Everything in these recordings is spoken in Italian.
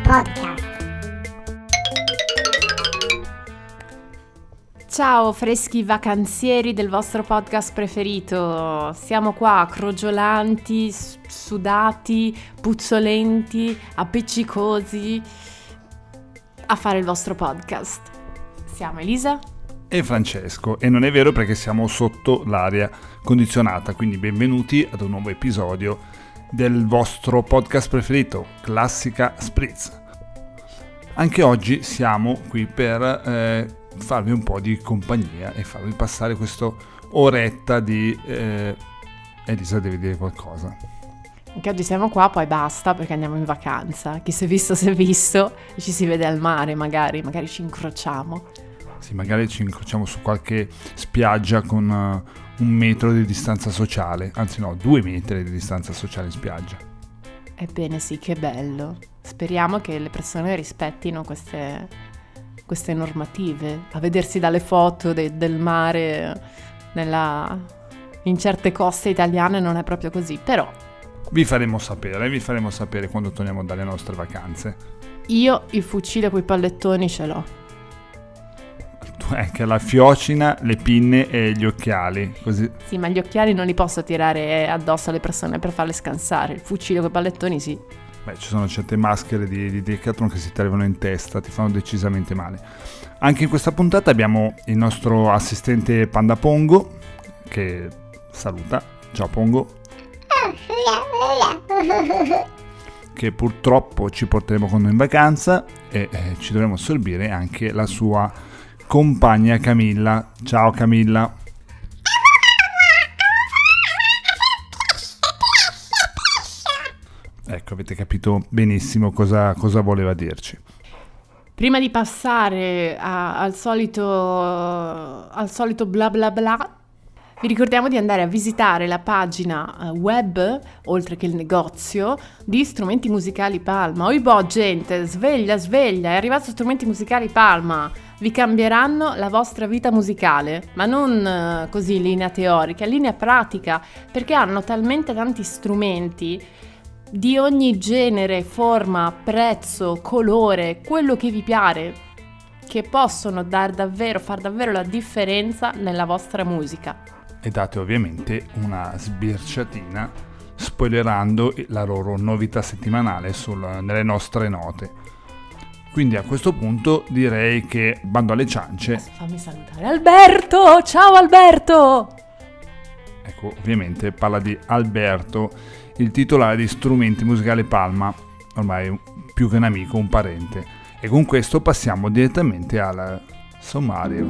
Podcast. Ciao freschi vacanzieri del vostro podcast preferito, siamo qua crogiolanti, sudati, puzzolenti, appiccicosi a fare il vostro podcast. Siamo Elisa e Francesco, e non è vero perché siamo sotto l'aria condizionata, quindi benvenuti ad un nuovo episodio del vostro podcast preferito, Classica Spritz. Anche oggi siamo qui per farvi un po' di compagnia e farvi passare questa oretta di... Elisa, devi dire qualcosa. Anche oggi siamo qua, poi basta perché andiamo in vacanza. Chi si è visto e ci si vede al mare, magari ci incrociamo. Sì, magari ci incrociamo su qualche spiaggia con 1 metro di distanza sociale, anzi no, 2 metri di distanza sociale in spiaggia. Ebbene sì, che bello. Speriamo che le persone rispettino queste normative. A vedersi dalle foto del mare in certe coste italiane non è proprio così, però... Vi faremo sapere quando torniamo dalle nostre vacanze. Io il fucile coi pallettoni ce l'ho. Tu hai anche la fiocina, le pinne e gli occhiali, così. Sì, ma gli occhiali non li posso tirare addosso alle persone per farle scansare. Il fucile coi pallettoni sì. Beh, ci sono certe maschere di Decathlon che si ti arrivano in testa, ti fanno decisamente male. Anche in questa puntata abbiamo il nostro assistente Panda Pongo, che saluta. Ciao Pongo. Che purtroppo ci porteremo con noi in vacanza e ci dovremo assorbire anche la sua compagna Camilla. Ciao Camilla. Ecco, avete capito benissimo cosa voleva dirci. Prima di passare al solito bla bla bla, vi ricordiamo di andare a visitare la pagina web, oltre che il negozio, di Strumenti Musicali Palma. Oibò gente, sveglia, è arrivato Strumenti Musicali Palma. Vi cambieranno la vostra vita musicale, ma non così in linea teorica, in linea pratica, perché hanno talmente tanti strumenti di ogni genere, forma, prezzo, colore, quello che vi pare, che possono far davvero la differenza nella vostra musica. E date ovviamente una sbirciatina spoilerando la loro novità settimanale nelle nostre note. Quindi a questo punto direi che bando alle ciance. Fammi salutare Alberto! Ciao Alberto! Ecco, ovviamente parla di Alberto, il titolare di Strumenti Musicali Palma, ormai più che un amico, un parente. E con questo passiamo direttamente al sommario.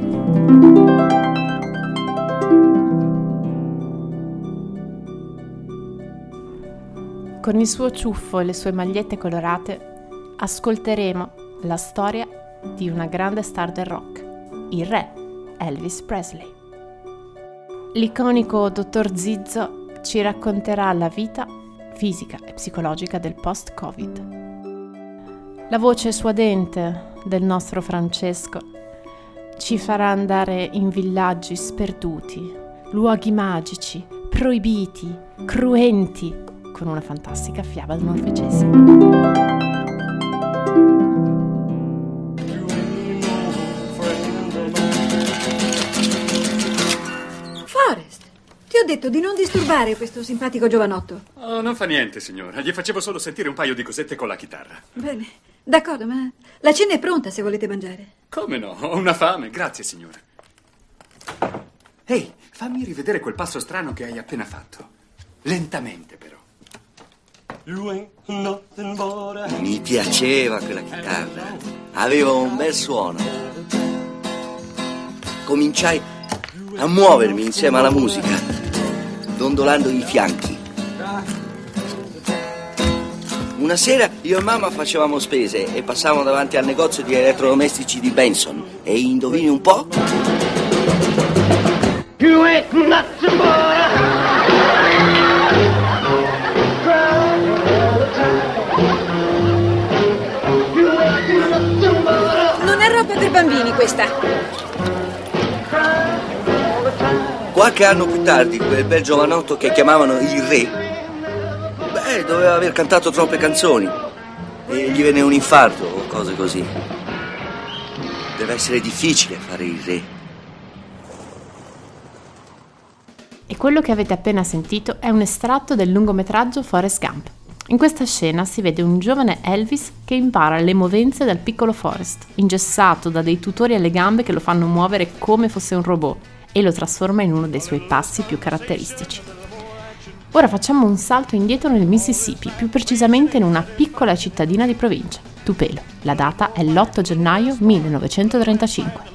Con il suo ciuffo e le sue magliette colorate ascolteremo la storia di una grande star del rock, il re Elvis Presley. L'iconico dottor Zizzo ci racconterà la vita fisica e psicologica del post-Covid. La voce suadente del nostro Francesco ci farà andare in villaggi sperduti, luoghi magici, proibiti, cruenti, con una fantastica fiaba norvegese. Ti ho detto di non disturbare questo simpatico giovanotto. Oh, non fa niente, signora. Gli facevo solo sentire un paio di cosette con la chitarra. Bene, d'accordo, ma la cena è pronta se volete mangiare. Come no? Ho una fame. Grazie, signora. Ehi, fammi rivedere quel passo strano che hai appena fatto. Lentamente, però. Mi piaceva quella chitarra. Aveva un bel suono. Cominciai a muovermi insieme alla musica, dondolando i fianchi. Una sera io e mamma facevamo spese e passavamo davanti al negozio di elettrodomestici di Benson. E indovini un po'? Non è roba per bambini questa. Qualche anno più tardi, quel bel giovanotto che chiamavano il re, doveva aver cantato troppe canzoni. e gli venne un infarto o cose così. Deve essere difficile fare il re. E quello che avete appena sentito è un estratto del lungometraggio Forrest Gump. In questa scena si vede un giovane Elvis che impara le movenze dal piccolo Forrest, ingessato da dei tutori alle gambe che lo fanno muovere come fosse un robot e lo trasforma in uno dei suoi passi più caratteristici. Ora facciamo un salto indietro nel Mississippi, più precisamente in una piccola cittadina di provincia, Tupelo. La data è l'8 gennaio 1935.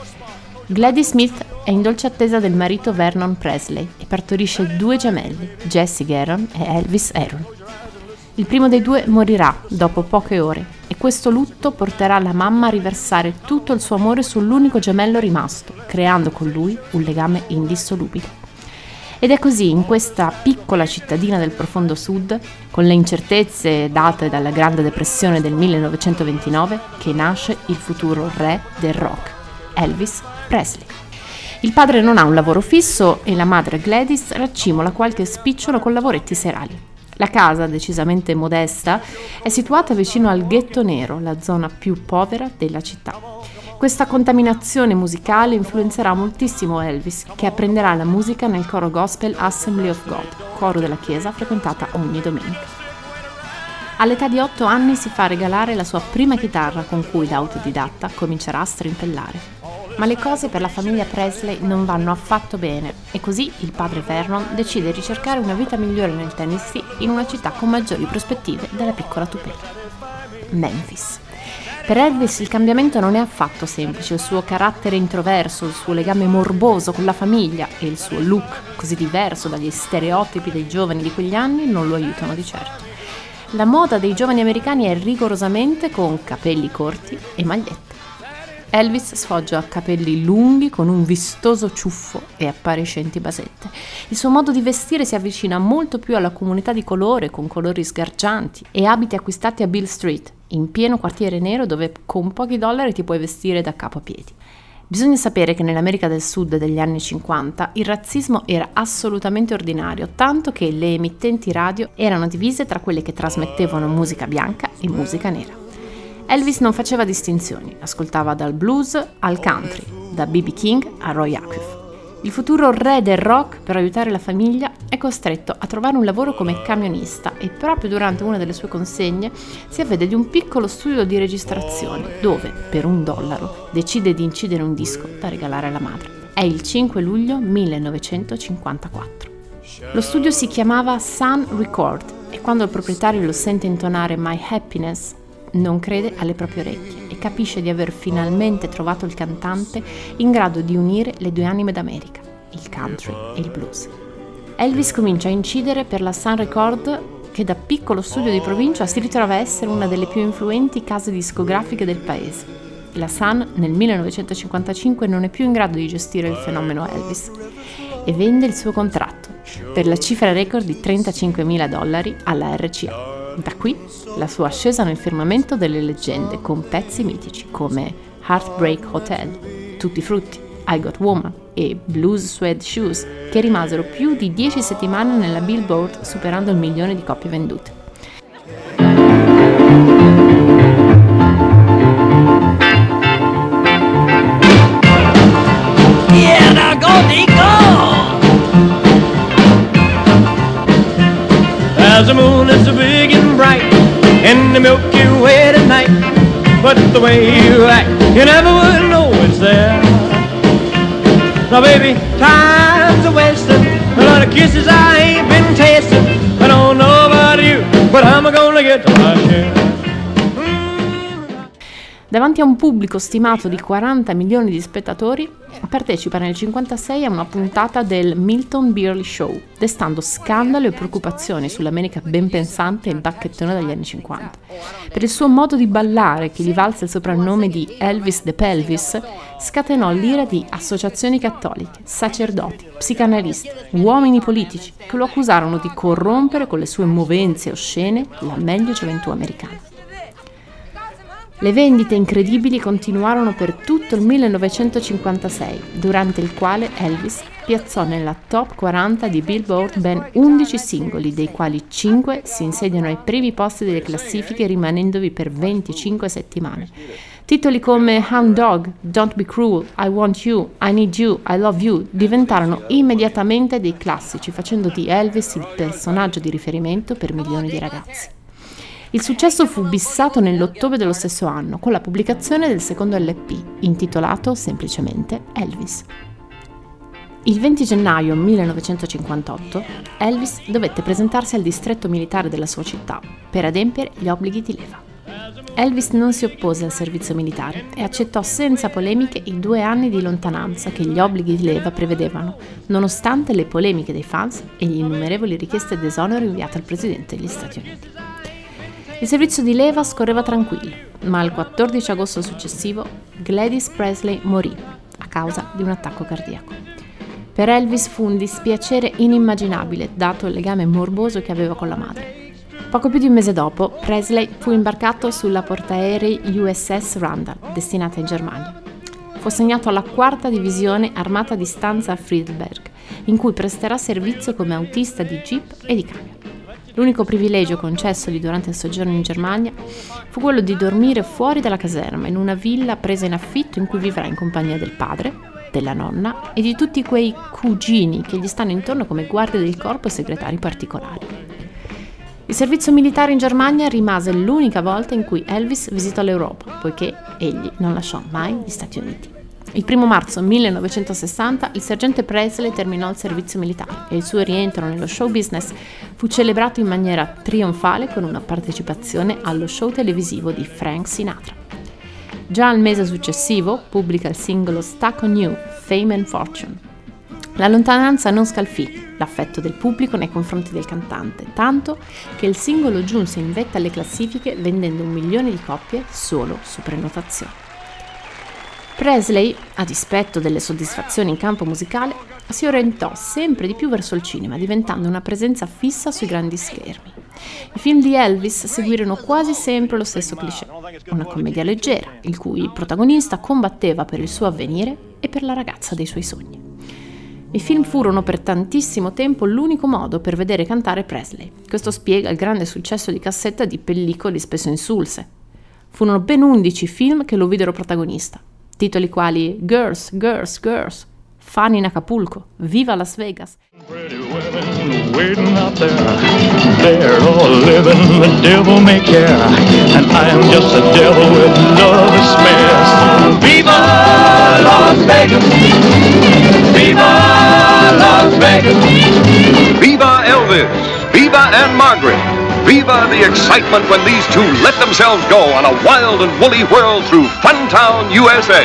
Gladys Smith è in dolce attesa del marito Vernon Presley e partorisce 2 gemelli, Jesse Garon e Elvis Aaron. Il primo dei 2 morirà dopo poche ore e questo lutto porterà la mamma a riversare tutto il suo amore sull'unico gemello rimasto, creando con lui un legame indissolubile. Ed è così, in questa piccola cittadina del profondo sud, con le incertezze date dalla Grande Depressione del 1929, che nasce il futuro re del rock, Elvis Presley. Il padre non ha un lavoro fisso e la madre Gladys raccimola qualche spicciolo con lavoretti serali. La casa, decisamente modesta, è situata vicino al Ghetto Nero, la zona più povera della città. Questa contaminazione musicale influenzerà moltissimo Elvis, che apprenderà la musica nel coro gospel Assembly of God, coro della chiesa frequentata ogni domenica. All'età di 8 anni si fa regalare la sua prima chitarra con cui da autodidatta comincerà a strimpellare. Ma le cose per la famiglia Presley non vanno affatto bene e così il padre Vernon decide di cercare una vita migliore nel Tennessee in una città con maggiori prospettive della piccola Tupelo, Memphis. Per Elvis il cambiamento non è affatto semplice, il suo carattere introverso, il suo legame morboso con la famiglia e il suo look così diverso dagli stereotipi dei giovani di quegli anni non lo aiutano di certo. La moda dei giovani americani è rigorosamente con capelli corti e magliette. Elvis sfoggia capelli lunghi con un vistoso ciuffo e appariscenti basette. Il suo modo di vestire si avvicina molto più alla comunità di colore con colori sgargianti e abiti acquistati a Beale Street, in pieno quartiere nero dove con pochi dollari ti puoi vestire da capo a piedi. Bisogna sapere che nell'America del Sud degli anni 50 il razzismo era assolutamente ordinario, tanto che le emittenti radio erano divise tra quelle che trasmettevano musica bianca e musica nera. Elvis non faceva distinzioni, ascoltava dal blues al country, da B.B. King a Roy Acuff. Il futuro re del rock, per aiutare la famiglia, è costretto a trovare un lavoro come camionista e proprio durante una delle sue consegne si avvede di un piccolo studio di registrazione dove, per $1, decide di incidere un disco da regalare alla madre. È il 5 luglio 1954. Lo studio si chiamava Sun Record e quando il proprietario lo sente intonare My Happiness non crede alle proprie orecchie e capisce di aver finalmente trovato il cantante in grado di unire le 2 anime d'America, il country e il blues. Elvis comincia a incidere per la Sun Record che da piccolo studio di provincia si ritrova a essere una delle più influenti case discografiche del paese. La Sun nel 1955 non è più in grado di gestire il fenomeno Elvis e vende il suo contratto per la cifra record di $35.000 alla RCA. Da qui la sua ascesa nel firmamento delle leggende con pezzi mitici come Heartbreak Hotel, Tutti Frutti, I Got Woman e Blues Suede Shoes, che rimasero più di 10 settimane nella Billboard superando il 1 milione di copie vendute. Yeah, now go, as the moon is so big and bright, and the Milky Way tonight. But the way you act, you never would know it's there. Now baby, time's a wasting, a lot of kisses I ain't been tasting. I don't know about you, but I'm gonna get my share. Davanti a un pubblico stimato di 40 milioni di spettatori, partecipa nel 1956 a una puntata del Milton Berle Show, destando scandalo e preoccupazioni sull'America ben pensante e bacchettona degli anni 50. Per il suo modo di ballare, che gli valse il soprannome di Elvis the Pelvis, scatenò l'ira di associazioni cattoliche, sacerdoti, psicanalisti, uomini politici, che lo accusarono di corrompere con le sue movenze oscene la meglio gioventù americana. Le vendite incredibili continuarono per tutto il 1956, durante il quale Elvis piazzò nella top 40 di Billboard ben 11 singoli, dei quali 5 si insediano ai primi posti delle classifiche rimanendovi per 25 settimane. Titoli come Hound Dog, Don't Be Cruel, I Want You, I Need You, I Love You diventarono immediatamente dei classici, facendo di Elvis il personaggio di riferimento per milioni di ragazzi. Il successo fu bissato nell'ottobre dello stesso anno con la pubblicazione del secondo LP, intitolato semplicemente Elvis. Il 20 gennaio 1958 Elvis dovette presentarsi al distretto militare della sua città per adempiere gli obblighi di leva. Elvis non si oppose al servizio militare e accettò senza polemiche i 2 anni di lontananza che gli obblighi di leva prevedevano, nonostante le polemiche dei fans e gli innumerevoli richieste d'esonero inviate al presidente degli Stati Uniti. Il servizio di leva scorreva tranquillo, ma il 14 agosto successivo Gladys Presley morì a causa di un attacco cardiaco. Per Elvis fu un dispiacere inimmaginabile, dato il legame morboso che aveva con la madre. Poco più di un mese dopo, Presley fu imbarcato sulla portaerei USS Randall, destinata in Germania. Fu assegnato alla 4ª divisione armata di stanza a Friedberg, in cui presterà servizio come autista di jeep e di camion. L'unico privilegio concessogli durante il soggiorno in Germania fu quello di dormire fuori dalla caserma, in una villa presa in affitto in cui vivrà in compagnia del padre, della nonna e di tutti quei cugini che gli stanno intorno come guardie del corpo e segretari particolari. Il servizio militare in Germania rimase l'unica volta in cui Elvis visitò l'Europa, poiché egli non lasciò mai gli Stati Uniti. Il 1 marzo 1960 il sergente Presley terminò il servizio militare e il suo rientro nello show business fu celebrato in maniera trionfale con una partecipazione allo show televisivo di Frank Sinatra. Già al mese successivo pubblica il singolo Stuck on You, Fame and Fortune. La lontananza non scalfì l'affetto del pubblico nei confronti del cantante, tanto che il singolo giunse in vetta alle classifiche vendendo 1 milione di copie solo su prenotazione. Presley, a dispetto delle soddisfazioni in campo musicale, si orientò sempre di più verso il cinema, diventando una presenza fissa sui grandi schermi. I film di Elvis seguirono quasi sempre lo stesso cliché, una commedia leggera, il cui protagonista combatteva per il suo avvenire e per la ragazza dei suoi sogni. I film furono per tantissimo tempo l'unico modo per vedere cantare Presley. Questo spiega il grande successo di cassetta di pellicole spesso insulse. Furono ben 11 film che lo videro protagonista. Titoli quali Girls, Girls, Girls, Fun in Acapulco, Viva Las Vegas. Pretty women waiting out there, they're all living the devil may care, and I am just a devil with love to spare. Viva Las Vegas, Viva Las Vegas, Viva Elvis, Viva Anne Margaret. Viva the excitement when these two let themselves go on a wild and woolly whirl through Funtown, USA.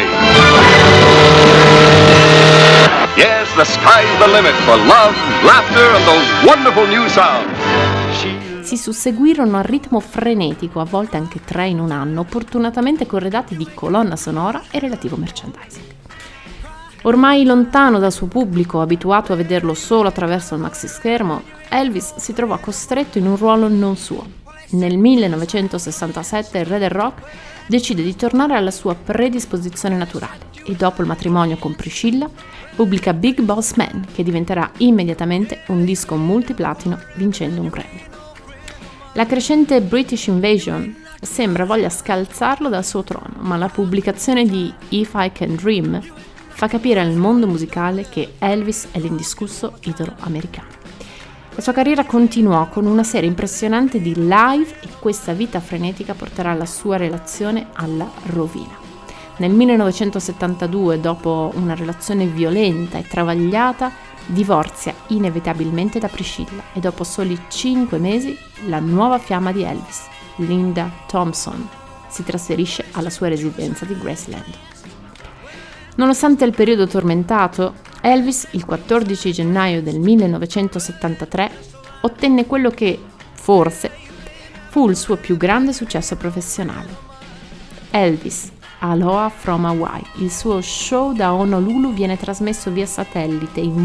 Yes, the sky's the limit for love, laughter, and those wonderful new sounds. Si susseguirono a ritmo frenetico, a volte anche 3 in un anno, opportunamente corredati di colonna sonora e relativo merchandising. Ormai lontano dal suo pubblico, abituato a vederlo solo attraverso il maxischermo, Elvis si trovò costretto in un ruolo non suo. Nel 1967 il re del rock decide di tornare alla sua predisposizione naturale e dopo il matrimonio con Priscilla pubblica Big Boss Man, che diventerà immediatamente un disco multiplatino vincendo un Grammy. La crescente British Invasion sembra voglia scalzarlo dal suo trono, ma la pubblicazione di If I Can Dream fa capire al mondo musicale che Elvis è l'indiscusso idolo americano. La sua carriera continuò con una serie impressionante di live e questa vita frenetica porterà la sua relazione alla rovina. Nel 1972, dopo una relazione violenta e travagliata, divorzia inevitabilmente da Priscilla e dopo soli 5 mesi la nuova fiamma di Elvis, Linda Thompson, si trasferisce alla sua residenza di Graceland. Nonostante il periodo tormentato, Elvis, il 14 gennaio del 1973, ottenne quello che, forse, fu il suo più grande successo professionale. Elvis, Aloha from Hawaii. Il suo show da Honolulu viene trasmesso via satellite in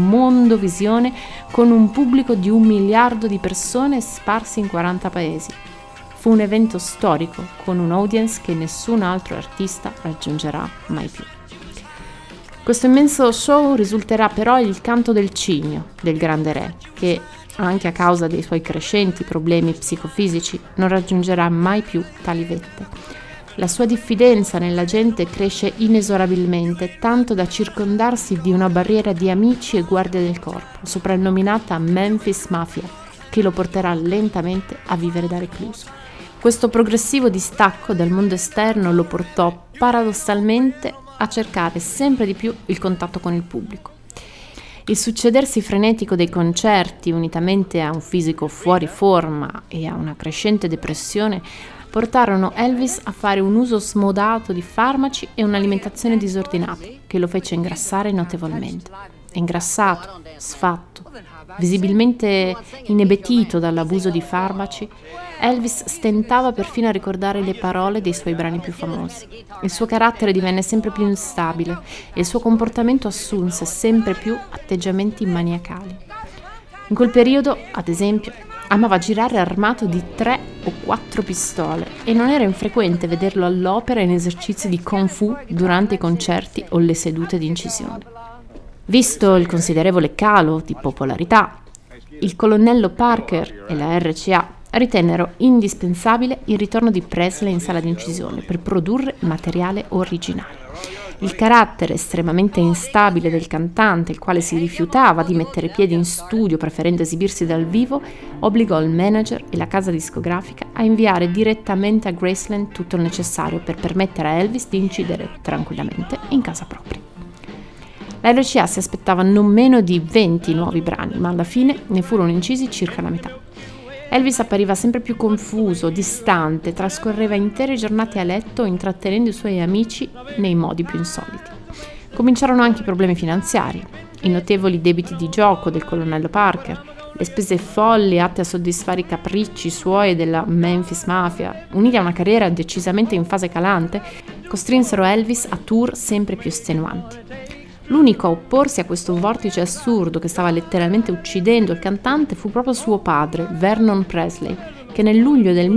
mondovisione con un pubblico di 1 miliardo di persone sparsi in 40 paesi. fu un evento storico con un audience che nessun altro artista raggiungerà mai più. Questo immenso show risulterà però il canto del cigno del grande re, che anche a causa dei suoi crescenti problemi psicofisici non raggiungerà mai più tali vette. La sua diffidenza nella gente cresce inesorabilmente, tanto da circondarsi di una barriera di amici e guardie del corpo, soprannominata Memphis Mafia, che lo porterà lentamente a vivere da recluso. Questo progressivo distacco dal mondo esterno lo portò paradossalmente a cercare sempre di più il contatto con il pubblico. Il succedersi frenetico dei concerti, unitamente a un fisico fuori forma e a una crescente depressione, portarono Elvis a fare un uso smodato di farmaci e un'alimentazione disordinata, che lo fece ingrassare notevolmente. Ingrassato, sfatto, visibilmente inebetito dall'abuso di farmaci, Elvis stentava perfino a ricordare le parole dei suoi brani più famosi. Il suo carattere divenne sempre più instabile e il suo comportamento assunse sempre più atteggiamenti maniacali. In quel periodo, ad esempio, amava girare armato di 3 o 4 pistole e non era infrequente vederlo all'opera in esercizi di Kung Fu durante i concerti o le sedute di incisione. Visto il considerevole calo di popolarità, il colonnello Parker e la RCA ritennero indispensabile il ritorno di Presley in sala di incisione per produrre materiale originale. Il carattere estremamente instabile del cantante, il quale si rifiutava di mettere piedi in studio preferendo esibirsi dal vivo, obbligò il manager e la casa discografica a inviare direttamente a Graceland tutto il necessario per permettere a Elvis di incidere tranquillamente in casa propria. La RCA si aspettava non meno di 20 nuovi brani, ma alla fine ne furono incisi circa la metà. Elvis appariva sempre più confuso, distante, trascorreva intere giornate a letto intrattenendo i suoi amici nei modi più insoliti. Cominciarono anche i problemi finanziari, i notevoli debiti di gioco del colonnello Parker, le spese folli atte a soddisfare i capricci suoi e della Memphis Mafia, uniti a una carriera decisamente in fase calante, costrinsero Elvis a tour sempre più estenuanti. L'unico a opporsi a questo vortice assurdo che stava letteralmente uccidendo il cantante fu proprio suo padre, Vernon Presley, che nel luglio del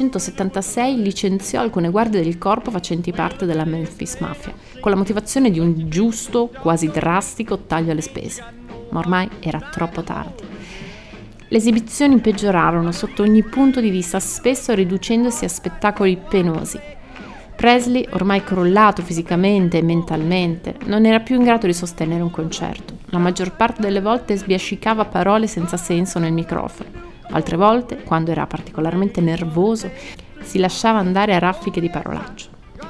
1976 licenziò alcune guardie del corpo facenti parte della Memphis Mafia, con la motivazione di un giusto, quasi drastico taglio alle spese. Ma ormai era troppo tardi. Le esibizioni peggiorarono sotto ogni punto di vista, spesso riducendosi a spettacoli penosi. Presley, ormai crollato fisicamente e mentalmente, non era più in grado di sostenere un concerto. La maggior parte delle volte sbiascicava parole senza senso nel microfono. Altre volte, quando era particolarmente nervoso, si lasciava andare a raffiche di parolacce.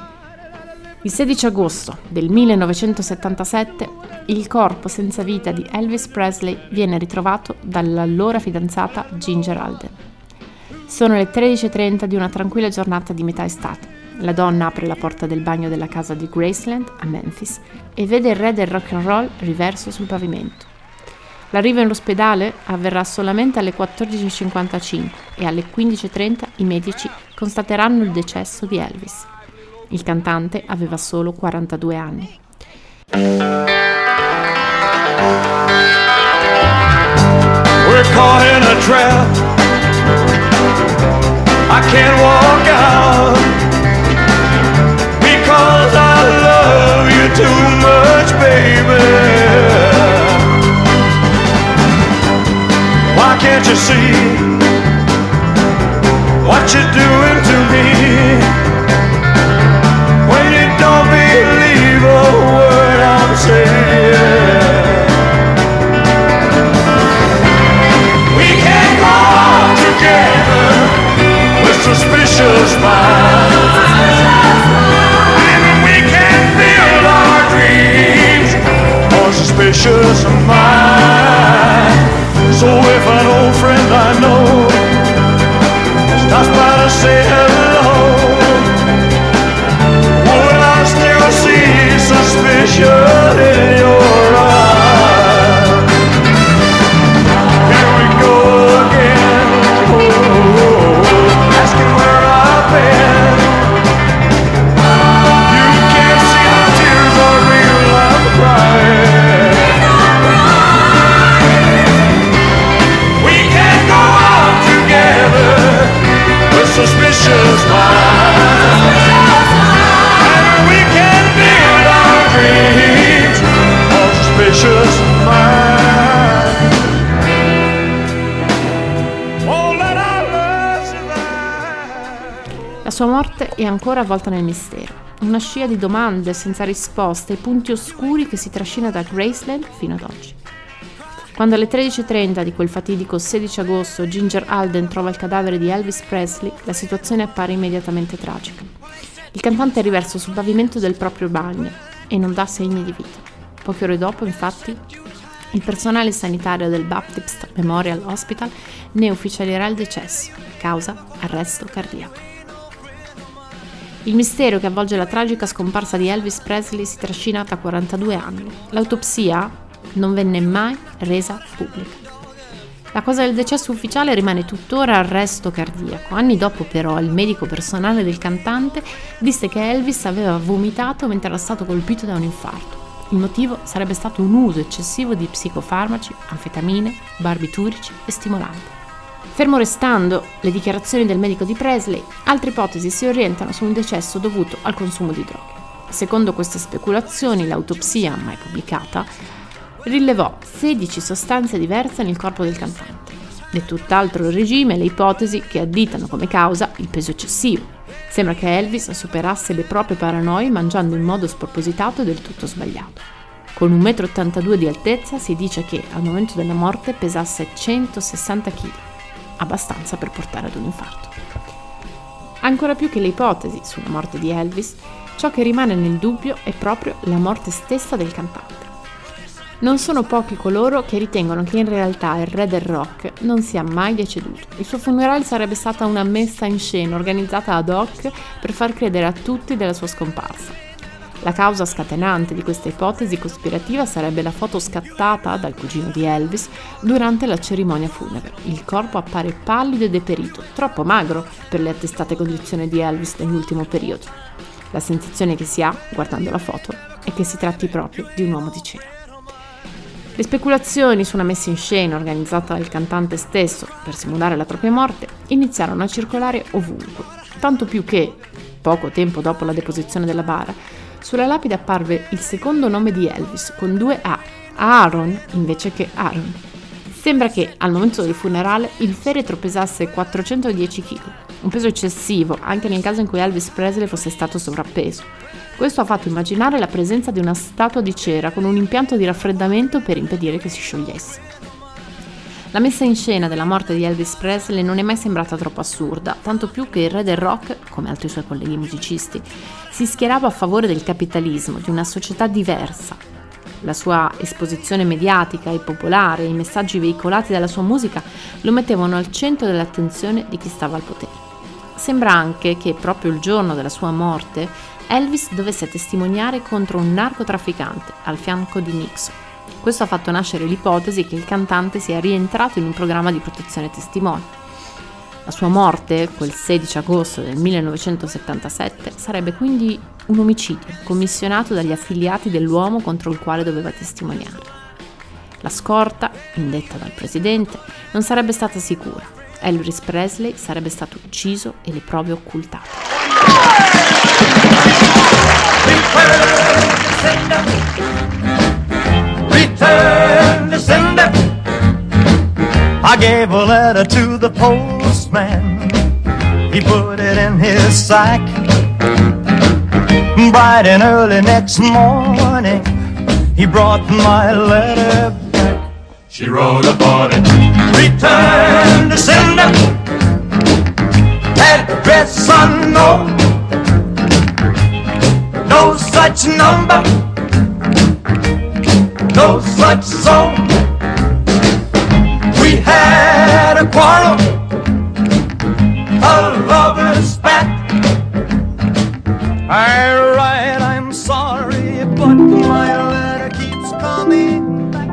Il 16 agosto del 1977, il corpo senza vita di Elvis Presley viene ritrovato dall'allora fidanzata Ginger Alden. Sono le 13:30 di una tranquilla giornata di metà estate. La donna apre la porta del bagno della casa di Graceland a Memphis e vede il re del rock and roll riverso sul pavimento. L'arrivo all'ospedale avverrà solamente alle 14:55 e alle 15:30 i medici constateranno il decesso di Elvis. Il cantante aveva solo 42 anni. We're caught in a trap. I can't walk out because I love you too much, baby. Why can't you see what you're doing to me when you don't believe a word I'm saying? We can't go on together with suspicious minds, and we can't build our dreams on suspicious minds. So if an old friend I know stops by to say hello, would I still see suspicion in your eyes? Here we go again, asking where I've been. You can't see the tears are real, I'm crying. We can't go on together with suspicion. precious mine. Oh, let our love survive. La sua morte è ancora avvolta nel mistero, una scia di domande senza risposte e punti oscuri che si trascina da Graceland fino ad oggi. Quando alle 13:30 di quel fatidico 16 agosto Ginger Alden trova il cadavere di Elvis Presley, la situazione appare immediatamente tragica. Il cantante è riverso sul pavimento del proprio bagno e non dà segni di vita. Poche ore dopo, infatti, il personale sanitario del Baptist Memorial Hospital ne ufficialerà il decesso, causa arresto cardiaco. Il mistero che avvolge la tragica scomparsa di Elvis Presley si trascina da 42 anni. L'autopsia non venne mai resa pubblica. La causa del decesso ufficiale rimane tuttora arresto cardiaco. Anni dopo, però, il medico personale del cantante disse che Elvis aveva vomitato mentre era stato colpito da un infarto. Il motivo sarebbe stato un uso eccessivo di psicofarmaci, anfetamine, barbiturici e stimolanti. Fermo restando le dichiarazioni del medico di Presley, altre ipotesi si orientano su un decesso dovuto al consumo di droghe. Secondo queste speculazioni, l'autopsia, mai pubblicata, rilevò 16 sostanze diverse nel corpo del cantante. È tutt'altro regime le ipotesi che additano come causa il peso eccessivo. Sembra che Elvis superasse le proprie paranoie mangiando in modo spropositato e del tutto sbagliato. Con 1,82 m di altezza si dice che al momento della morte pesasse 160 kg, abbastanza per portare ad un infarto. Ancora più che le ipotesi sulla morte di Elvis, ciò che rimane nel dubbio è proprio la morte stessa del cantante. Non sono pochi coloro che ritengono che in realtà il re del rock non sia mai deceduto. Il suo funerale sarebbe stata una messa in scena organizzata ad hoc per far credere a tutti della sua scomparsa. La causa scatenante di questa ipotesi cospirativa sarebbe la foto scattata dal cugino di Elvis durante la cerimonia funebre. Il corpo appare pallido e deperito, troppo magro per le attestate condizioni di Elvis nell'ultimo periodo. La sensazione che si ha, guardando la foto, è che si tratti proprio di un uomo di cera. Le speculazioni su una messa in scena organizzata dal cantante stesso per simulare la propria morte iniziarono a circolare ovunque, tanto più che, poco tempo dopo la deposizione della bara, sulla lapide apparve il secondo nome di Elvis con 2 A, Aaron invece che Aaron. Sembra che al momento del funerale il feretro pesasse 410 kg, un peso eccessivo anche nel caso in cui Elvis Presley fosse stato sovrappeso. Questo ha fatto immaginare la presenza di una statua di cera con un impianto di raffreddamento per impedire che si sciogliesse. La messa in scena della morte di Elvis Presley non è mai sembrata troppo assurda, tanto più che il re del rock, come altri suoi colleghi musicisti, si schierava a favore del capitalismo, di una società diversa. La sua esposizione mediatica e popolare e i messaggi veicolati dalla sua musica lo mettevano al centro dell'attenzione di chi stava al potere. Sembra anche che proprio il giorno della sua morte Elvis dovesse testimoniare contro un narcotrafficante al fianco di Nixon. Questo ha fatto nascere l'ipotesi che il cantante sia rientrato in un programma di protezione testimoni. La sua morte, quel 16 agosto del 1977, sarebbe quindi un omicidio commissionato dagli affiliati dell'uomo contro il quale doveva testimoniare. La scorta, indetta dal presidente, non sarebbe stata sicura. Elvis Presley sarebbe stato ucciso e le prove occultate. Return to sender. I gave a letter to the postman. He put it in his sack. Bright and early next morning, he brought my letter back. She wrote upon it, return to sender. Address unknown. No such number, no such zone. We had a quarrel, a lover's spat. I write, I'm sorry, but my letter keeps coming back.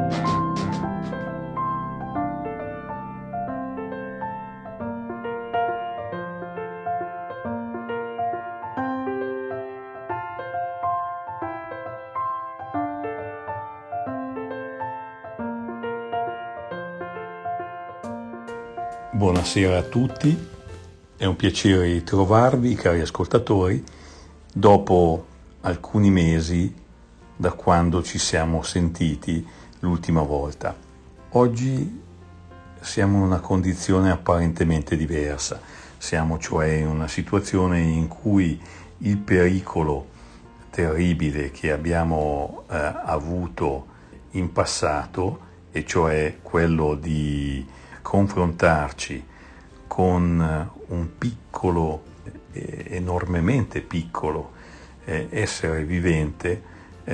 Buonasera a tutti, è un piacere ritrovarvi, cari ascoltatori, dopo alcuni mesi da quando ci siamo sentiti l'ultima volta. Oggi siamo in una condizione apparentemente diversa, siamo cioè in una situazione in cui il pericolo terribile che abbiamo avuto in passato, e cioè quello di confrontarci con un piccolo, enormemente piccolo essere vivente,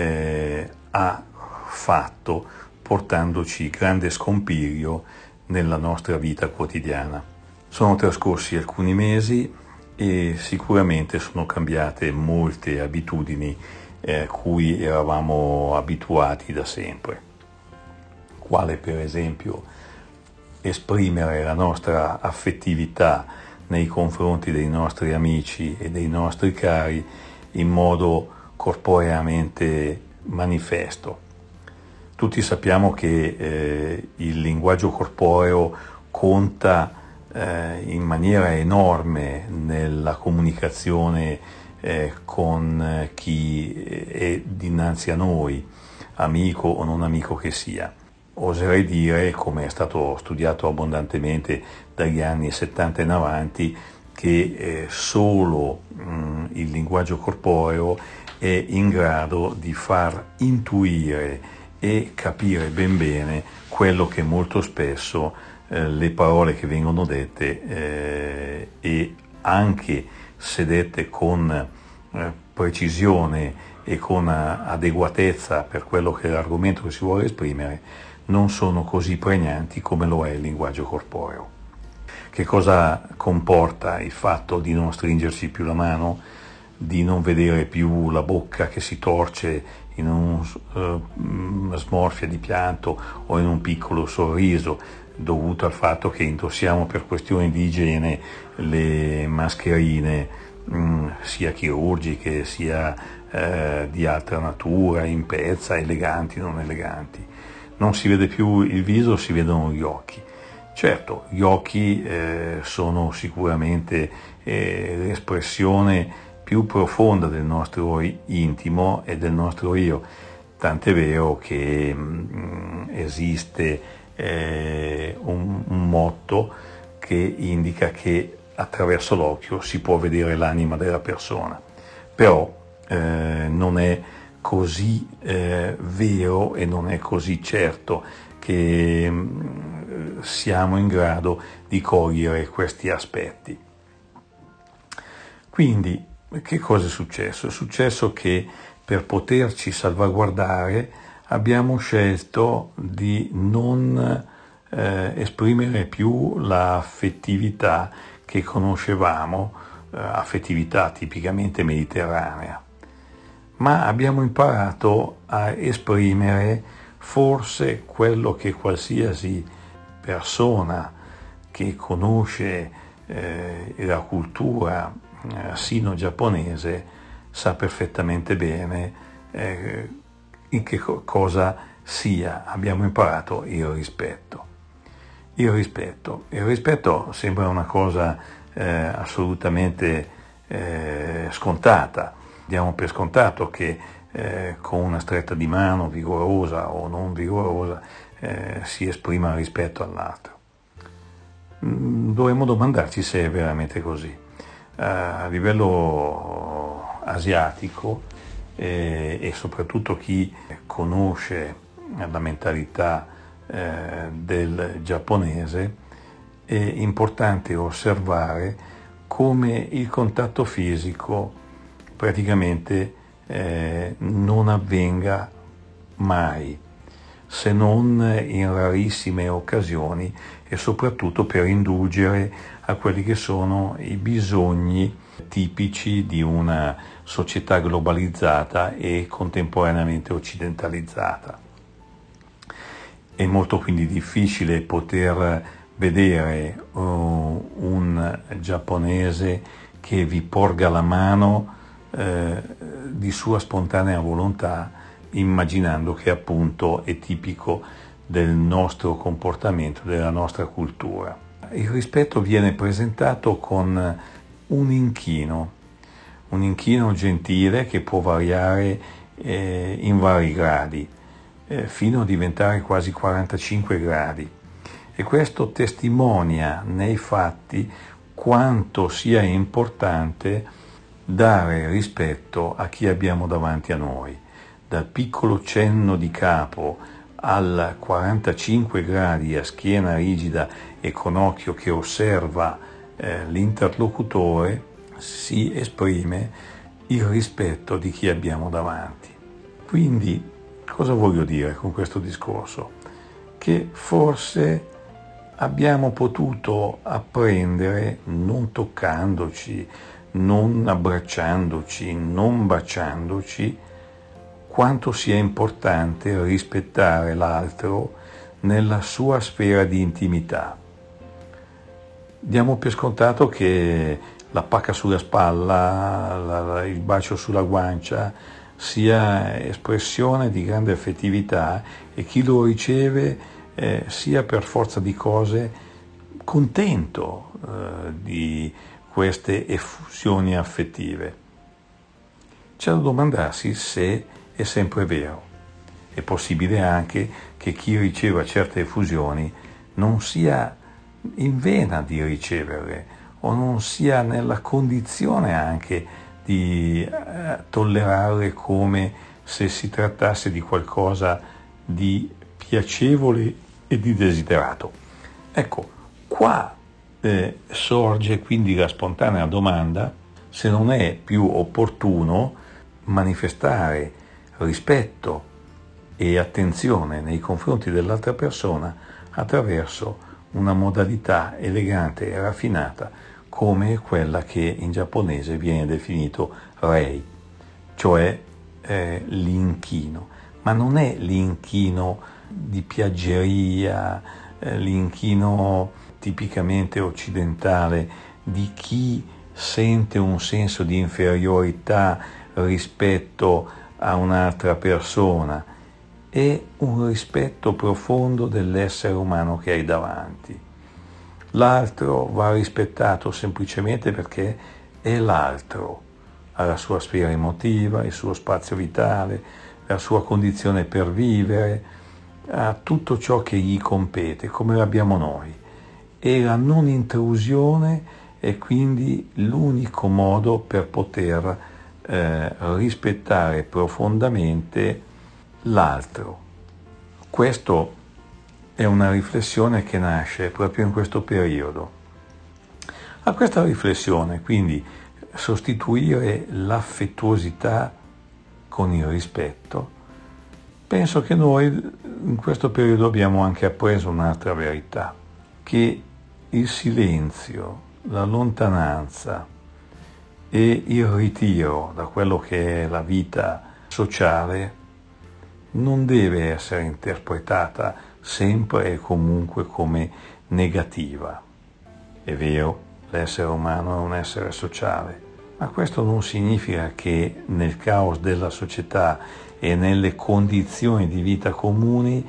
ha fatto portandoci grande scompiglio nella nostra vita quotidiana. Sono trascorsi alcuni mesi e sicuramente sono cambiate molte abitudini cui eravamo abituati da sempre, quale per esempio esprimere la nostra affettività nei confronti dei nostri amici e dei nostri cari in modo corporeamente manifesto. Tutti sappiamo che il linguaggio corporeo conta in maniera enorme nella comunicazione con chi è dinanzi a noi, amico o non amico che sia. Oserei dire, come è stato studiato abbondantemente dagli anni 70 in avanti, che solo il linguaggio corporeo è in grado di far intuire e capire ben bene quello che molto spesso le parole che vengono dette e anche se dette con precisione e con adeguatezza per quello che è l'argomento che si vuole esprimere, non sono così pregnanti come lo è il linguaggio corporeo. Che cosa comporta il fatto di non stringersi più la mano, di non vedere più la bocca che si torce in una smorfia di pianto o in un piccolo sorriso dovuto al fatto che indossiamo per questioni di igiene le mascherine sia chirurgiche sia di altra natura, in pezza, eleganti, non eleganti. Non si vede più il viso, si vedono gli occhi. Certo, gli occhi sono sicuramente l'espressione più profonda del nostro intimo e del nostro io, tant'è vero che esiste un motto che indica che attraverso l'occhio si può vedere l'anima della persona, però non è così vero e non è così certo che siamo in grado di cogliere questi aspetti. Quindi, che cosa è successo? È successo che per poterci salvaguardare abbiamo scelto di non esprimere più l'affettività che conoscevamo, affettività tipicamente mediterranea, ma abbiamo imparato a esprimere forse quello che qualsiasi persona che conosce la cultura sino-giapponese sa perfettamente bene in che cosa sia. Abbiamo imparato il rispetto. Il rispetto sembra una cosa assolutamente scontata. Diamo per scontato che con una stretta di mano vigorosa o non vigorosa si esprima rispetto all'altro. Dovremmo domandarci se è veramente così. A livello asiatico e soprattutto chi conosce la mentalità del giapponese, è importante osservare come il contatto fisico praticamente non avvenga mai, se non in rarissime occasioni e soprattutto per indulgere a quelli che sono i bisogni tipici di una società globalizzata e contemporaneamente occidentalizzata. È molto quindi difficile poter vedere un giapponese che vi porga la mano di sua spontanea volontà, immaginando che appunto è tipico del nostro comportamento, della nostra cultura. Il rispetto viene presentato con un inchino gentile che può variare in vari gradi, fino a diventare quasi 45 gradi. E questo testimonia nei fatti quanto sia importante dare rispetto a chi abbiamo davanti a noi. Dal piccolo cenno di capo al 45 gradi a schiena rigida e con occhio che osserva l'interlocutore, si esprime il rispetto di chi abbiamo davanti. Quindi, cosa voglio dire con questo discorso? Che forse abbiamo potuto apprendere, non toccandoci, non abbracciandoci, non baciandoci, quanto sia importante rispettare l'altro nella sua sfera di intimità. Diamo per scontato che la pacca sulla spalla, il bacio sulla guancia sia espressione di grande affettività e chi lo riceve sia per forza di cose contento di queste effusioni affettive. C'è da domandarsi se è sempre vero. È possibile anche che chi riceva certe effusioni non sia in vena di riceverle o non sia nella condizione anche di tollerarle come se si trattasse di qualcosa di piacevole e di desiderato. Ecco, qua sorge quindi la spontanea domanda se non è più opportuno manifestare rispetto e attenzione nei confronti dell'altra persona attraverso una modalità elegante e raffinata come quella che in giapponese viene definito rei, cioè l'inchino. Ma non è l'inchino di piaggeria, l'inchino tipicamente occidentale di chi sente un senso di inferiorità rispetto a un'altra persona, è un rispetto profondo dell'essere umano che hai davanti. L'altro va rispettato semplicemente perché è l'altro, ha la sua sfera emotiva, il suo spazio vitale, la sua condizione per vivere, ha tutto ciò che gli compete, come l'abbiamo noi. E la non intrusione è quindi l'unico modo per poter rispettare profondamente l'altro. Questo è una riflessione che nasce proprio in questo periodo. A questa riflessione, quindi, sostituire l'affettuosità con il rispetto, penso che noi in questo periodo abbiamo anche appreso un'altra verità, che il silenzio, la lontananza e il ritiro da quello che è la vita sociale non deve essere interpretata sempre e comunque come negativa. È vero, l'essere umano è un essere sociale, ma questo non significa che nel caos della società e nelle condizioni di vita comuni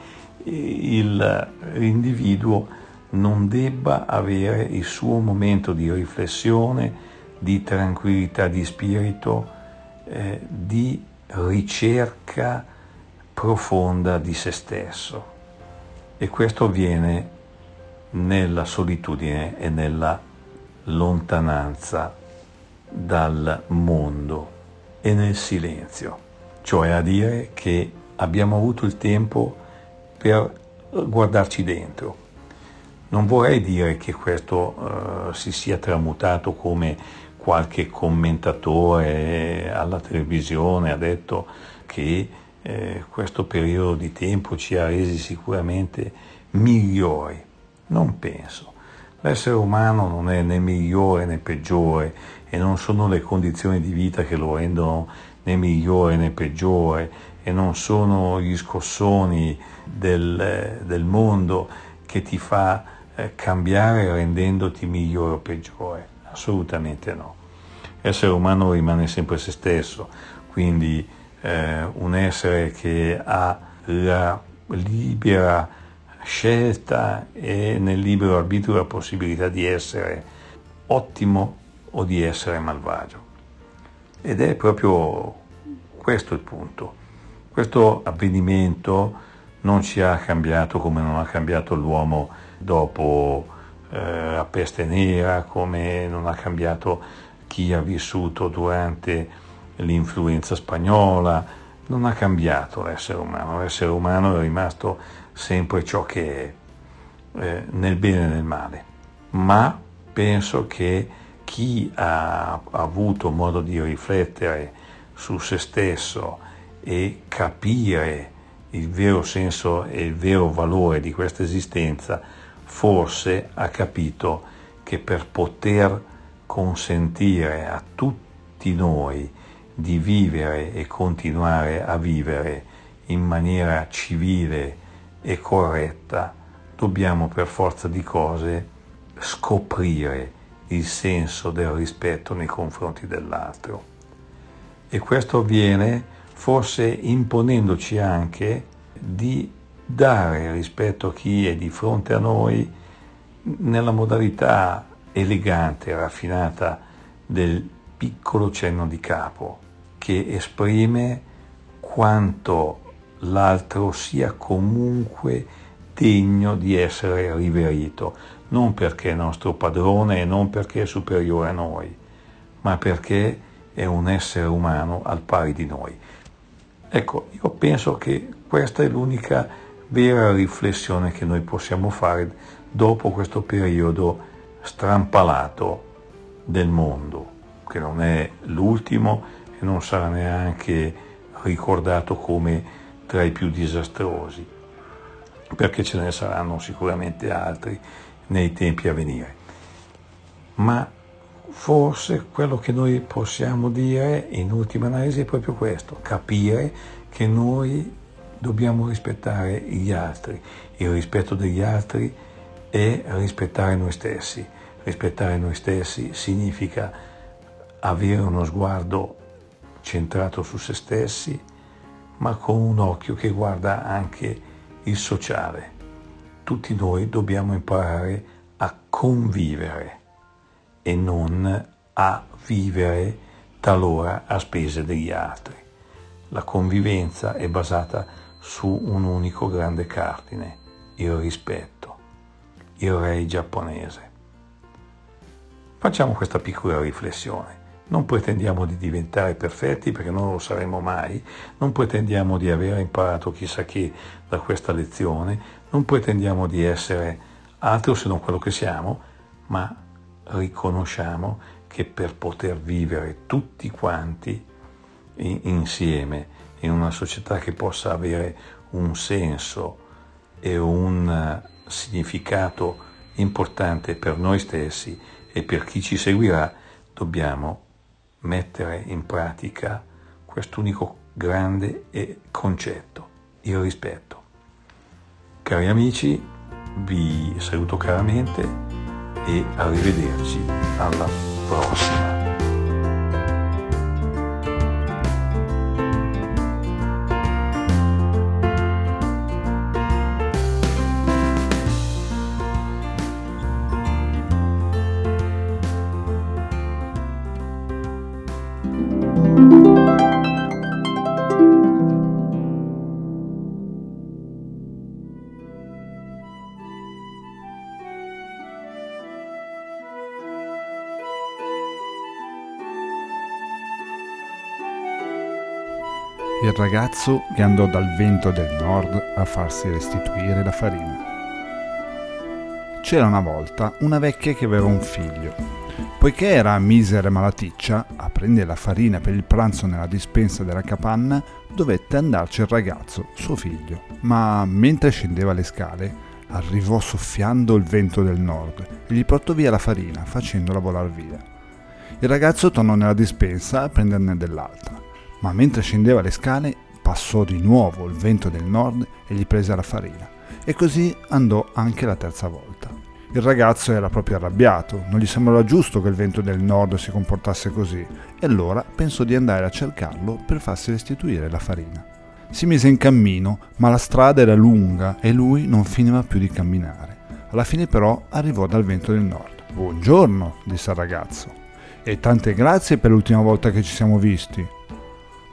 l'individuo non debba avere il suo momento di riflessione, di tranquillità di spirito, di ricerca profonda di se stesso. E questo avviene nella solitudine e nella lontananza dal mondo e nel silenzio, cioè a dire che abbiamo avuto il tempo per guardarci dentro. Non vorrei dire che questo si sia tramutato come qualche commentatore alla televisione ha detto che questo periodo di tempo ci ha resi sicuramente migliori. Non penso. L'essere umano non è né migliore né peggiore e non sono le condizioni di vita che lo rendono né migliore né peggiore e non sono gli scossoni del mondo che ti fa cambiare rendendoti migliore o peggiore. Assolutamente no. L'essere umano rimane sempre se stesso, quindi un essere che ha la libera scelta e nel libero arbitrio la possibilità di essere ottimo o di essere malvagio. Ed è proprio questo è il punto. Questo avvenimento non ci ha cambiato come non ha cambiato l'uomo dopo la peste nera, come non ha cambiato chi ha vissuto durante l'influenza spagnola, non ha cambiato l'essere umano è rimasto sempre ciò che è, nel bene e nel male, ma penso che chi ha avuto modo di riflettere su se stesso e capire il vero senso e il vero valore di questa esistenza, forse ha capito che per poter consentire a tutti noi di vivere e continuare a vivere in maniera civile e corretta, dobbiamo per forza di cose scoprire il senso del rispetto nei confronti dell'altro. E questo avviene forse imponendoci anche di dare rispetto a chi è di fronte a noi nella modalità elegante e raffinata del piccolo cenno di capo, che esprime quanto l'altro sia comunque degno di essere riverito, non perché è nostro padrone e non perché è superiore a noi, ma perché è un essere umano al pari di noi. Ecco, io penso che questa è l'unica vera riflessione che noi possiamo fare dopo questo periodo strampalato del mondo, che non è l'ultimo e non sarà neanche ricordato come tra i più disastrosi, perché ce ne saranno sicuramente altri nei tempi a venire. Ma forse quello che noi possiamo dire in ultima analisi è proprio questo: capire che noi dobbiamo rispettare gli altri. Il rispetto degli altri è rispettare noi stessi. Rispettare noi stessi significa avere uno sguardo centrato su se stessi, ma con un occhio che guarda anche il sociale. Tutti noi dobbiamo imparare a convivere e non a vivere talora a spese degli altri. La convivenza è basata su un unico grande cardine, il rispetto, il rei giapponese. Facciamo questa piccola riflessione. Non pretendiamo di diventare perfetti, perché non lo saremo mai, non pretendiamo di aver imparato chissà che da questa lezione, non pretendiamo di essere altro se non quello che siamo, ma riconosciamo che per poter vivere tutti quanti insieme in una società che possa avere un senso e un significato importante per noi stessi e per chi ci seguirà, dobbiamo mettere in pratica quest'unico grande concetto, il rispetto. Cari amici, vi saluto caramente e arrivederci alla prossima. Il ragazzo che andò dal vento del nord a farsi restituire la farina. C'era una volta una vecchia che aveva un figlio. Poiché era misera e malaticcia, a prendere la farina per il pranzo nella dispensa della capanna, dovette andarci il ragazzo, suo figlio. Ma mentre scendeva le scale, arrivò soffiando il vento del nord e gli portò via la farina, facendola volar via. Il ragazzo tornò nella dispensa a prenderne dell'altra. Ma mentre scendeva le scale passò di nuovo il vento del nord e gli prese la farina, e così andò anche la terza volta. Il ragazzo era proprio arrabbiato, non gli sembrava giusto che il vento del nord si comportasse così, e allora pensò di andare a cercarlo per farsi restituire la farina. Si mise in cammino, ma la strada era lunga e lui non finiva più di camminare. Alla fine però arrivò dal vento del nord. «Buongiorno», disse il ragazzo, «e tante grazie per l'ultima volta che ci siamo visti».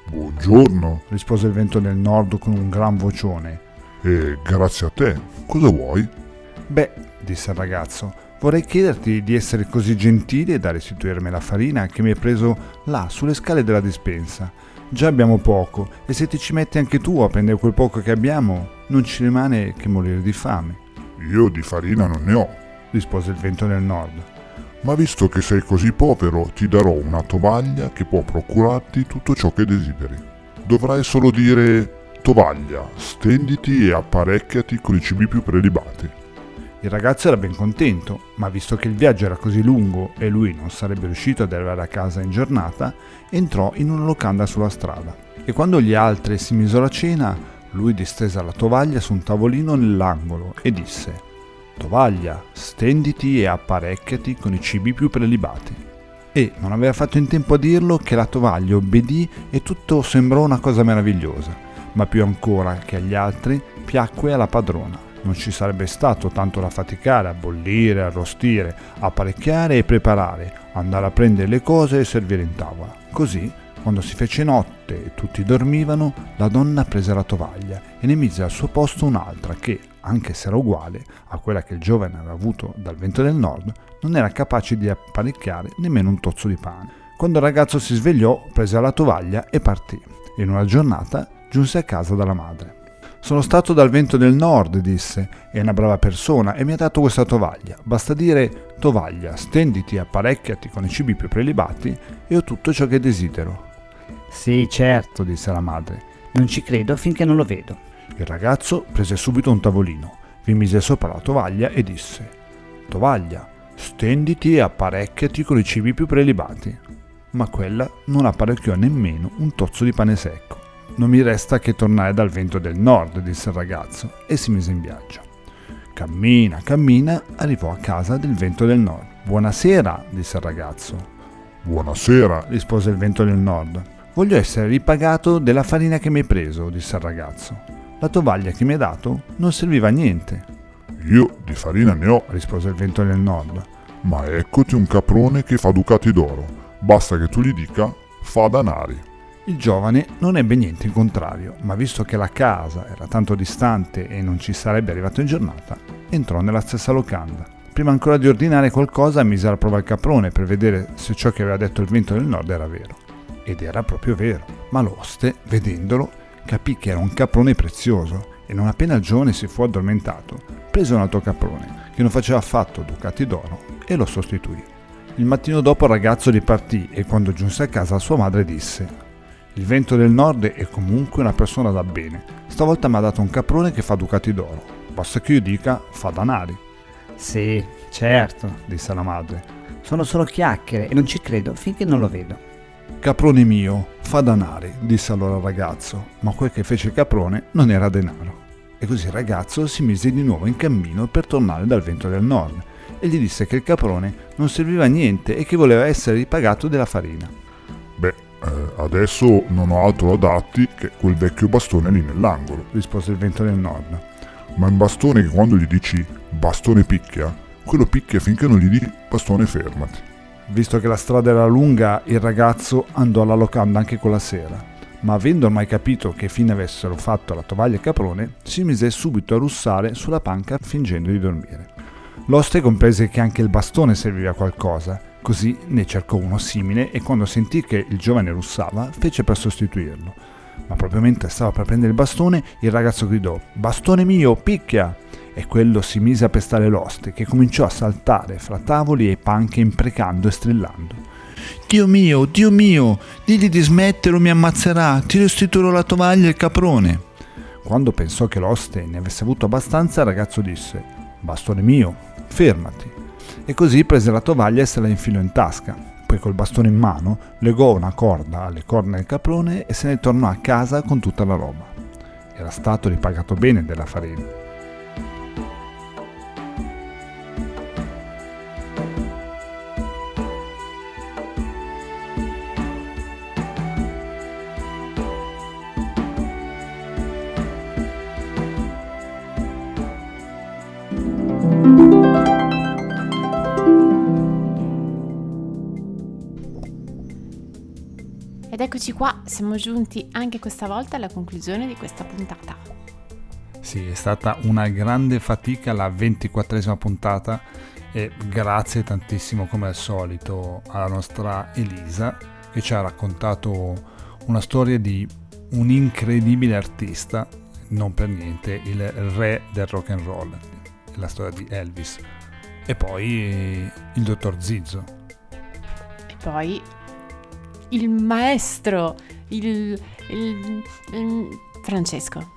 Buongiorno. Rispose il vento del nord con un gran vocione. Grazie a te. Cosa vuoi? Beh, disse il ragazzo, vorrei chiederti di essere così gentile da restituirmi la farina che mi hai preso là sulle scale della dispensa. Già abbiamo poco e se ti ci metti anche tu a prendere quel poco che abbiamo non ci rimane che morire di fame. Io di farina non ne ho, rispose il vento del nord. Ma visto che sei così povero ti darò una tovaglia che può procurarti tutto ciò che desideri. Dovrai solo dire: tovaglia, stenditi e apparecchiati con i cibi più prelibati. Il ragazzo era ben contento, ma visto che il viaggio era così lungo e lui non sarebbe riuscito ad arrivare a casa in giornata, entrò in una locanda sulla strada. E quando gli altri si misero a cena, lui distese la tovaglia su un tavolino nell'angolo e disse: tovaglia, stenditi e apparecchiati con i cibi più prelibati. E non aveva fatto in tempo a dirlo che la tovaglia obbedì e tutto sembrò una cosa meravigliosa, ma più ancora che agli altri piacque alla padrona. Non ci sarebbe stato tanto da faticare a bollire, arrostire, apparecchiare e preparare, andare a prendere le cose e servire in tavola. Così, quando si fece notte e tutti dormivano, la donna prese la tovaglia e ne mise al suo posto un'altra che, anche se era uguale a quella che il giovane aveva avuto dal vento del nord, non era capace di apparecchiare nemmeno un tozzo di pane. Quando il ragazzo si svegliò, prese la tovaglia e partì. In una giornata giunse a casa dalla madre. Sono stato dal vento del nord, disse, è una brava persona e mi ha dato questa tovaglia. Basta dire: tovaglia, stenditi e apparecchiati con i cibi più prelibati e ho tutto ciò che desidero. Sì, certo, disse la madre. Non ci credo finché non lo vedo. Il ragazzo prese subito un tavolino, vi mise sopra la tovaglia e disse: tovaglia, stenditi e apparecchiati con i cibi più prelibati. Ma quella non apparecchiò nemmeno un tozzo di pane secco. Non mi resta che tornare dal vento del nord, disse il ragazzo, e si mise in viaggio. Cammina, cammina, arrivò a casa del vento del nord. Buonasera, disse il ragazzo. Buonasera, rispose il vento del nord. Voglio essere ripagato della farina che mi hai preso, disse il ragazzo. La tovaglia che mi hai dato non serviva a niente. Io di farina ne ho, rispose il vento del nord. Ma eccoti un caprone che fa ducati d'oro. Basta che tu gli dica: fa danari. Il giovane non ebbe niente in contrario, ma visto che la casa era tanto distante e non ci sarebbe arrivato in giornata, entrò nella stessa locanda. Prima ancora di ordinare qualcosa mise alla prova il caprone per vedere se ciò che aveva detto il vento del nord era vero. Ed era proprio vero, ma l'oste, vedendolo, capì che era un caprone prezioso e non appena il giovane si fu addormentato, prese un altro caprone che non faceva affatto ducati d'oro e lo sostituì. Il mattino dopo il ragazzo ripartì e quando giunse a casa sua madre disse: il vento del nord è comunque una persona da bene. Stavolta mi ha dato un caprone che fa ducati d'oro. Basta che io dica: fa danari. Sì, certo, disse la madre. Sono solo chiacchiere e non ci credo finché non lo vedo. Caprone mio, fa danari, disse allora il ragazzo, ma quel che fece il caprone non era denaro. E così il ragazzo si mise di nuovo in cammino per tornare dal vento del nord e gli disse che il caprone non serviva a niente e che voleva essere ripagato della farina. Adesso non ho altro da darti che quel vecchio bastone lì nell'angolo, rispose il vento del nord. Ma un bastone che quando gli dici bastone picchia, quello picchia finché non gli dici bastone fermati. Visto che la strada era lunga, il ragazzo andò alla locanda anche quella sera, ma avendo ormai capito che fine avessero fatto la tovaglia e il caprone, si mise subito a russare sulla panca fingendo di dormire. L'oste comprese che anche il bastone serviva a qualcosa, così ne cercò uno simile e quando sentì che il giovane russava, fece per sostituirlo. Ma proprio mentre stava per prendere il bastone, il ragazzo gridò: «Bastone mio, picchia!» E quello si mise a pestare l'oste, che cominciò a saltare fra tavoli e panche imprecando e strillando: Dio mio, digli di smettere o mi ammazzerà, ti restituirò la tovaglia e il caprone!» Quando pensò che l'oste ne avesse avuto abbastanza, il ragazzo disse: «Bastone mio, fermati!» E così prese la tovaglia e se la infilò in tasca. Poi col bastone in mano legò una corda alle corna del caprone e se ne tornò a casa con tutta la roba. Era stato ripagato bene della farina. Ed eccoci qua, siamo giunti anche questa volta alla conclusione di questa puntata. Sì, è stata una grande fatica la 24esima puntata e grazie tantissimo come al solito alla nostra Elisa che ci ha raccontato una storia di un incredibile artista, non per niente il re del rock and roll, la storia di Elvis, e poi il dottor Zizzo. E poi il maestro, il Francesco.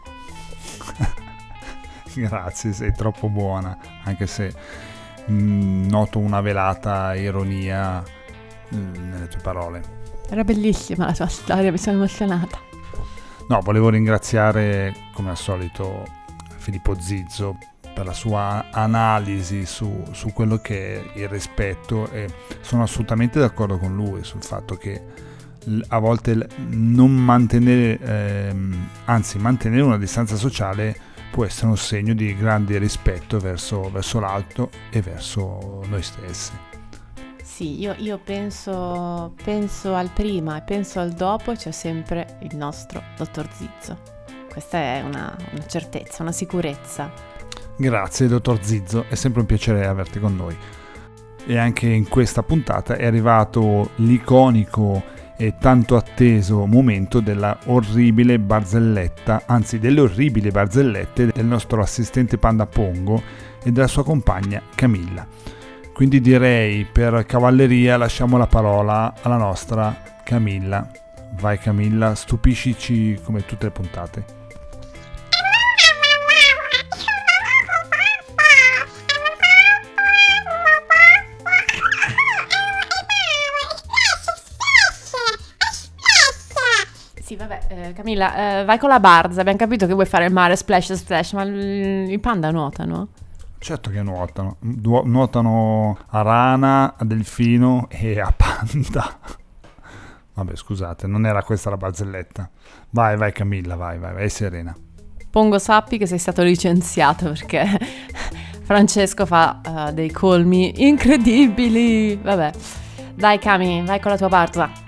Grazie, sei troppo buona, anche se noto una velata ironia nelle tue parole. Era bellissima la tua storia, mi sono emozionata. No, volevo ringraziare come al solito Filippo Zizzo per la sua analisi su quello che è il rispetto, e sono assolutamente d'accordo con lui sul fatto che a volte non mantenere, anzi mantenere una distanza sociale può essere un segno di grande rispetto verso l'alto e verso noi stessi. Sì, io penso al prima e penso al dopo, c'è sempre il nostro dottor Zizzo. Questa è una certezza, una sicurezza. Grazie dottor Zizzo, è sempre un piacere averti con noi. E anche in questa puntata è arrivato l'iconico e tanto atteso momento della orribile barzelletta, anzi delle orribili barzellette del nostro assistente Panda Pongo e della sua compagna Camilla. Quindi direi, per cavalleria, lasciamo la parola alla nostra Camilla. Vai Camilla, stupiscici come tutte le puntate. Sì, vabbè, Camilla, vai con la barza. Abbiamo capito che vuoi fare il mare, splash, splash, ma i panda nuotano? Certo che nuotano. Nuotano a rana, a delfino e a panda. Vabbè, scusate, non era questa la barzelletta. Vai Camilla, vai serena. Pongo, sappi che sei stato licenziato perché Francesco fa dei colmi incredibili. Vabbè, dai Cami, vai con la tua barza.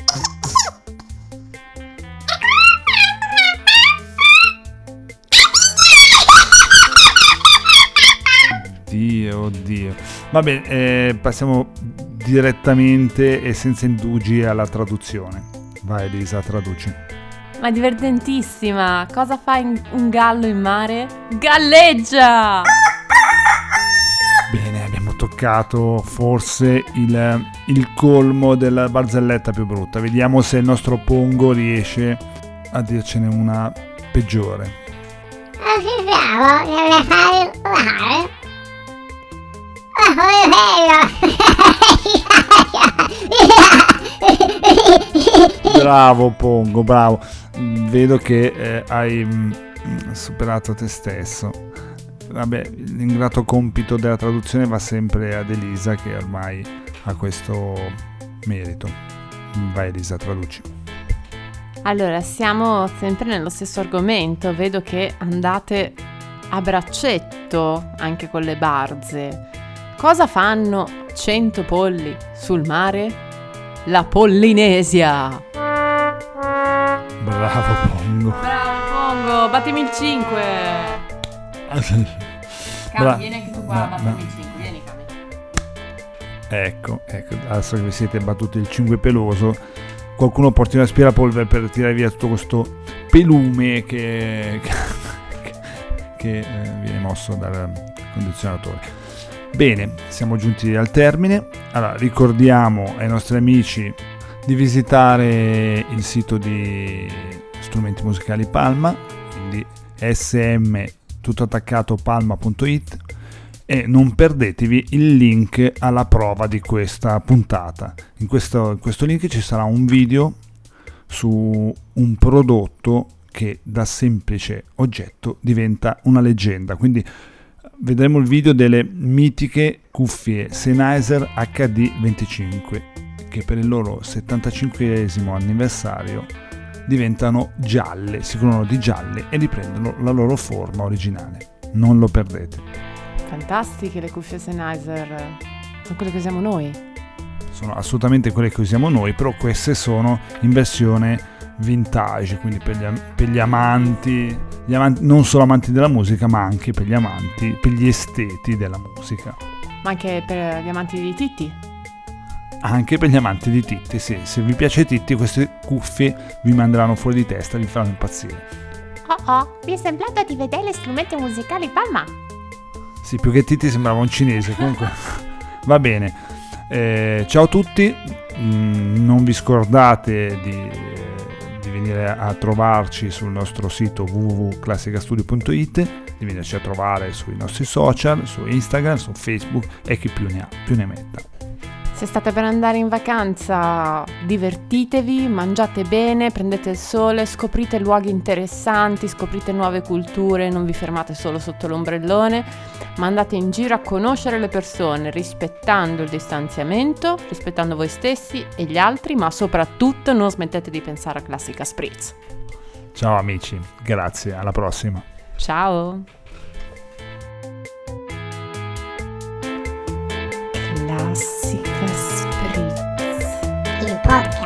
Oddio. Va bene, passiamo direttamente e senza indugi alla traduzione. Vai Elisa, traduci. Ma è divertentissima. Cosa fa un gallo in mare? Galleggia! Bene, abbiamo toccato forse il colmo della barzelletta più brutta. Vediamo se il nostro Pongo riesce a dircene una peggiore. Bravo Pongo, bravo. Vedo che hai superato te stesso. Vabbè, l'ingrato compito della traduzione va sempre ad Elisa, che ormai ha questo merito. Vai Elisa, traduci. Allora, siamo sempre nello stesso argomento. Vedo che andate a braccetto anche con le barze. Cosa fanno 100 polli sul mare? La Pollinesia. Bravo Pongo. Bravo Pongo, battimi il 5. Cami, vieni anche tu qua, battimi il 5, vieni Cami. Ecco, adesso che vi siete battuti il 5 peloso, qualcuno porti un aspirapolvere per tirare via tutto questo pelume che viene mosso dal condizionatore. Bene, siamo giunti al termine. Allora, ricordiamo ai nostri amici di visitare il sito di Strumenti Musicali Palma, quindi sm.palma.it, e non perdetevi il link alla prova di questa puntata. In questo link ci sarà un video su un prodotto che da semplice oggetto diventa una leggenda, quindi vedremo il video delle mitiche cuffie Sennheiser HD25 che per il loro 75esimo anniversario diventano gialle, si clonano di gialle e riprendono la loro forma originale. Non lo perdete. Fantastiche le cuffie Sennheiser, sono quelle che usiamo noi. sono assolutamente quelle che usiamo noi, però queste sono in versione vintage, quindi per gli amanti, non solo amanti della musica, ma anche per gli esteti della musica. Ma anche per gli amanti di Titti? Anche per gli amanti di Titti, sì. Se vi piace Titti, queste cuffie vi manderanno fuori di testa, vi faranno impazzire. Vi è sembrato di vedere strumenti musicali Palma? Sì, più che Titti sembrava un cinese, comunque va bene. Ciao a tutti, non vi scordate di venire a trovarci sul nostro sito www.classicastudio.it, di venirci a trovare sui nostri social, su Instagram, su Facebook e chi più ne ha più ne metta. Se state per andare in vacanza, divertitevi, mangiate bene, prendete il sole, scoprite luoghi interessanti, scoprite nuove culture, non vi fermate solo sotto l'ombrellone, ma andate in giro a conoscere le persone, rispettando il distanziamento, rispettando voi stessi e gli altri, ma soprattutto non smettete di pensare a Classica Spritz. Ciao amici, grazie, alla prossima. Ciao! Classica Spritz, il podcast